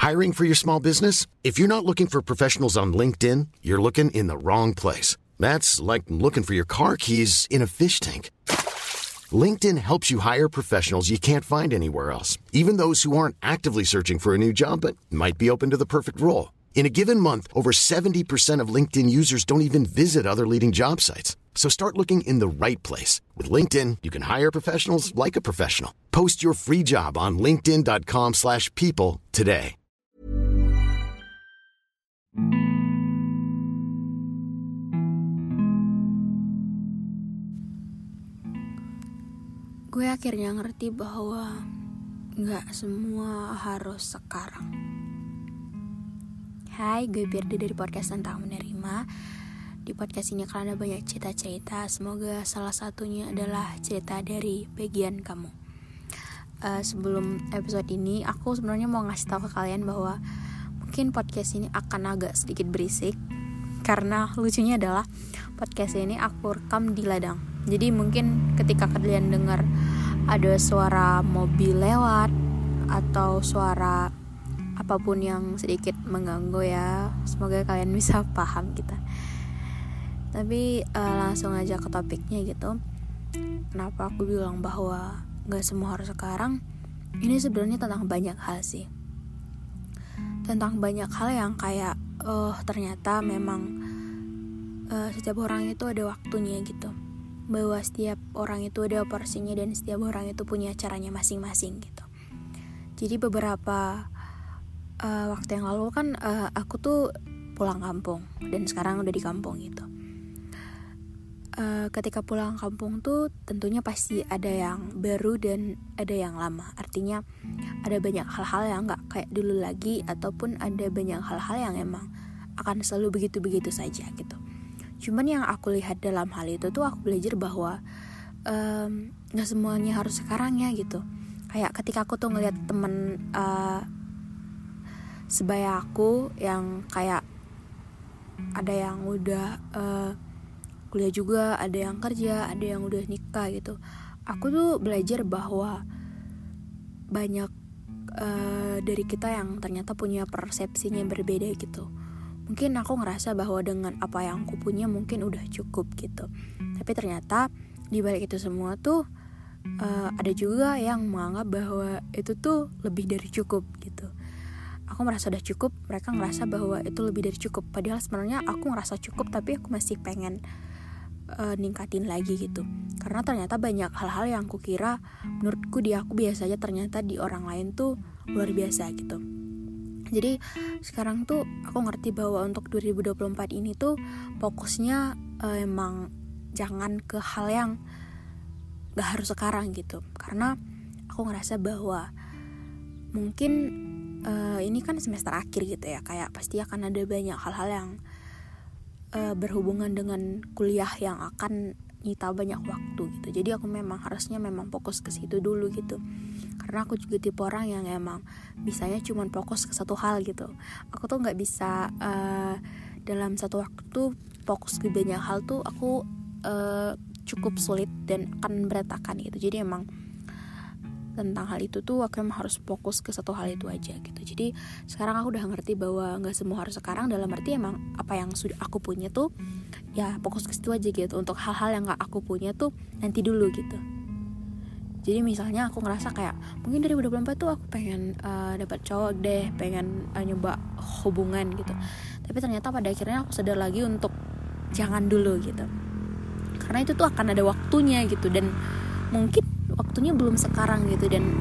Hiring for your small business? If you're not looking for professionals on LinkedIn, you're looking in the wrong place. That's like looking for your car keys in a fish tank. LinkedIn helps you hire professionals you can't find anywhere else, even those who aren't actively searching for a new job but might be open to the perfect role. In a given month, over 70% of LinkedIn users don't even visit other leading job sites. So start looking in the right place. With LinkedIn, you can hire professionals like a professional. Post your free job on linkedin.com/people today. Gue akhirnya ngerti bahwa gak semua harus sekarang. Hai, gue Birdi dari podcast Tentang Menerima. Di podcast ini akan ada banyak cerita-cerita. Semoga salah satunya adalah cerita dari bagian kamu. Sebelum episode ini, aku sebenarnya mau ngasih tahu ke kalian bahwa mungkin podcast ini akan agak sedikit berisik. Karena lucunya adalah podcast ini aku rekam di ladang. Jadi mungkin ketika kalian dengar ada suara mobil lewat atau suara apapun yang sedikit mengganggu ya, semoga kalian bisa paham kita. Tapi langsung aja ke topiknya gitu. Kenapa aku bilang bahwa gak semua harus sekarang? Ini sebenarnya tentang banyak hal sih. Tentang banyak hal yang kayak ternyata memang setiap orang itu ada waktunya gitu. Bahwa setiap orang itu ada porsinya dan setiap orang itu punya caranya masing-masing gitu. Jadi beberapa waktu yang lalu kan aku tuh pulang kampung dan sekarang udah di kampung gitu. Ketika pulang kampung tuh tentunya pasti ada yang baru dan ada yang lama. Artinya ada banyak hal-hal yang gak kayak dulu lagi, ataupun ada banyak hal-hal yang emang akan selalu begitu-begitu saja gitu. Cuman yang aku lihat dalam hal itu tuh aku belajar bahwa gak semuanya harus sekarang ya gitu. Kayak ketika aku tuh ngeliat temen sebaya aku yang kayak ada yang udah kuliah juga, ada yang kerja, ada yang udah nikah gitu. Aku tuh belajar bahwa banyak dari kita yang ternyata punya persepsinya yang berbeda gitu. Mungkin aku ngerasa bahwa dengan apa yang aku punya mungkin udah cukup gitu. Tapi ternyata di balik itu semua tuh ada juga yang menganggap bahwa itu tuh lebih dari cukup gitu. Aku merasa udah cukup, mereka ngerasa bahwa itu lebih dari cukup. Padahal sebenarnya aku ngerasa cukup, tapi aku masih pengen ningkatin lagi gitu. Karena ternyata banyak hal-hal yang aku kira menurutku di aku biasa aja, ternyata di orang lain tuh luar biasa gitu. Jadi sekarang tuh aku ngerti bahwa untuk 2024 ini tuh fokusnya emang jangan ke hal yang gak harus sekarang gitu. Karena aku ngerasa bahwa mungkin ini kan semester akhir gitu ya, kayak pasti akan ada banyak hal-hal yang berhubungan dengan kuliah yang akan nyita banyak waktu gitu. Jadi aku harusnya fokus ke situ dulu gitu. Karena aku juga tipe orang yang emang bisanya cuma fokus ke satu hal gitu. Aku tuh nggak bisa dalam satu waktu fokus ke banyak hal tuh aku cukup sulit dan akan berantakan gitu. Jadi emang tentang hal itu tuh aku emang harus fokus ke satu hal itu aja gitu. Jadi sekarang aku udah ngerti bahwa nggak semua harus sekarang, dalam arti emang apa yang sudah aku punya tuh ya fokus ke situ aja gitu. Untuk hal-hal yang nggak aku punya tuh nanti dulu gitu. Jadi misalnya aku ngerasa kayak mungkin dari 2024 tuh aku pengen dapat cowok deh, pengen nyoba hubungan gitu. Tapi ternyata pada akhirnya aku sadar lagi untuk jangan dulu gitu. Karena itu tuh akan ada waktunya gitu, dan mungkin waktunya belum sekarang gitu. Dan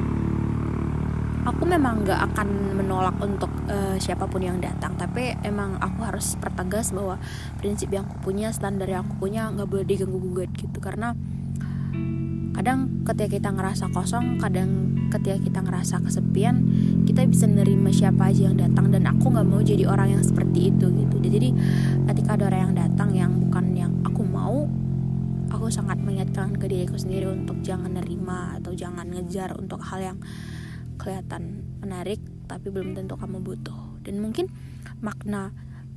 aku memang gak akan menolak untuk siapapun yang datang, tapi emang aku harus pertegas bahwa prinsip yang aku punya, standar yang aku punya gak boleh diganggu-gugat gitu. Karena kadang ketika kita ngerasa kosong, kadang ketika kita ngerasa kesepian, kita bisa nerima siapa aja yang datang. Dan aku gak mau jadi orang yang seperti itu gitu. Jadi ketika ada orang yang datang yang bukan yang aku mau, aku sangat mengingatkan ke diriku sendiri untuk jangan nerima atau jangan ngejar untuk hal yang kelihatan menarik tapi belum tentu kamu butuh. Dan mungkin makna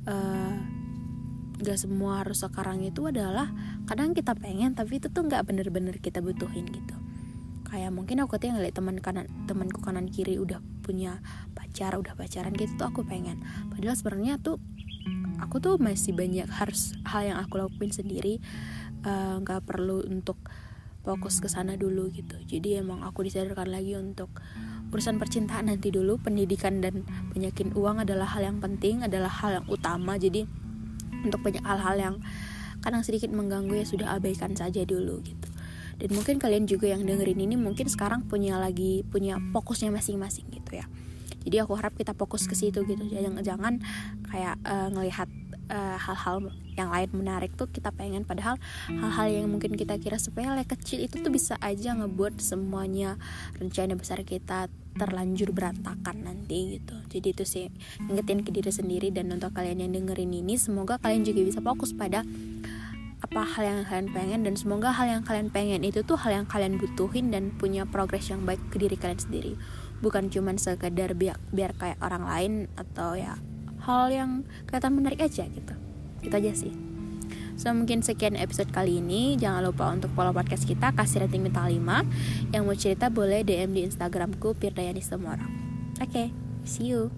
gak semua harus sekarang itu adalah kadang kita pengen tapi itu tuh gak bener-bener kita butuhin gitu. Kayak mungkin aku tuh ngeliat temanku kanan kiri udah punya pacar pacar, udah pacaran gitu tuh aku pengen. Padahal sebenarnya tuh aku tuh masih banyak harus hal yang aku lakuin sendiri, nggak perlu untuk fokus ke sana dulu gitu. Jadi emang aku disadarkan lagi untuk urusan percintaan nanti dulu, pendidikan dan banyakin uang adalah hal yang penting, adalah hal yang utama. Jadi untuk banyak hal-hal yang kadang sedikit mengganggu ya sudah abaikan saja dulu gitu. Dan mungkin kalian juga yang dengerin ini mungkin sekarang punya fokusnya masing-masing gitu ya. Jadi aku harap kita fokus ke situ gitu. Jangan kayak ngelihat hal-hal yang lain menarik tuh kita pengen, padahal hal-hal yang mungkin kita kira sepele kecil itu tuh bisa aja ngebuat semuanya rencana besar kita terlanjur berantakan nanti gitu. Jadi itu sih, ingetin ke diri sendiri. Dan untuk kalian yang dengerin ini, semoga kalian juga bisa fokus pada apa hal yang kalian pengen, dan semoga hal yang kalian pengen itu tuh hal yang kalian butuhin dan punya progres yang baik ke diri kalian sendiri, bukan cuman sekedar biar kayak orang lain atau ya hal yang kelihatan menarik aja gitu. Itu aja sih. So mungkin sekian episode kali ini. Jangan lupa untuk follow podcast kita, kasih rating bintang 5. Yang mau cerita boleh DM di Instagramku Firdayani semua orang. Oke, see you.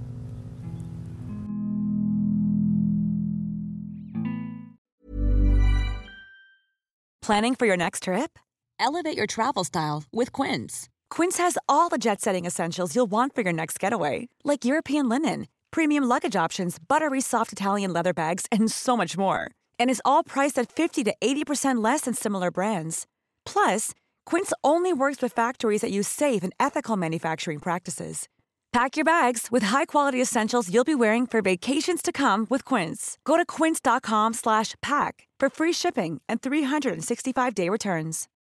Planning for your next trip? Elevate your travel style with Quince. Quince has all the jet-setting essentials you'll want for your next getaway, like European linen, premium luggage options, buttery soft Italian leather bags, and so much more. And is all priced at 50 to 80% less than similar brands. Plus, Quince only works with factories that use safe and ethical manufacturing practices. Pack your bags with high-quality essentials you'll be wearing for vacations to come with Quince. Go to quince.com/pack for free shipping and 365-day returns.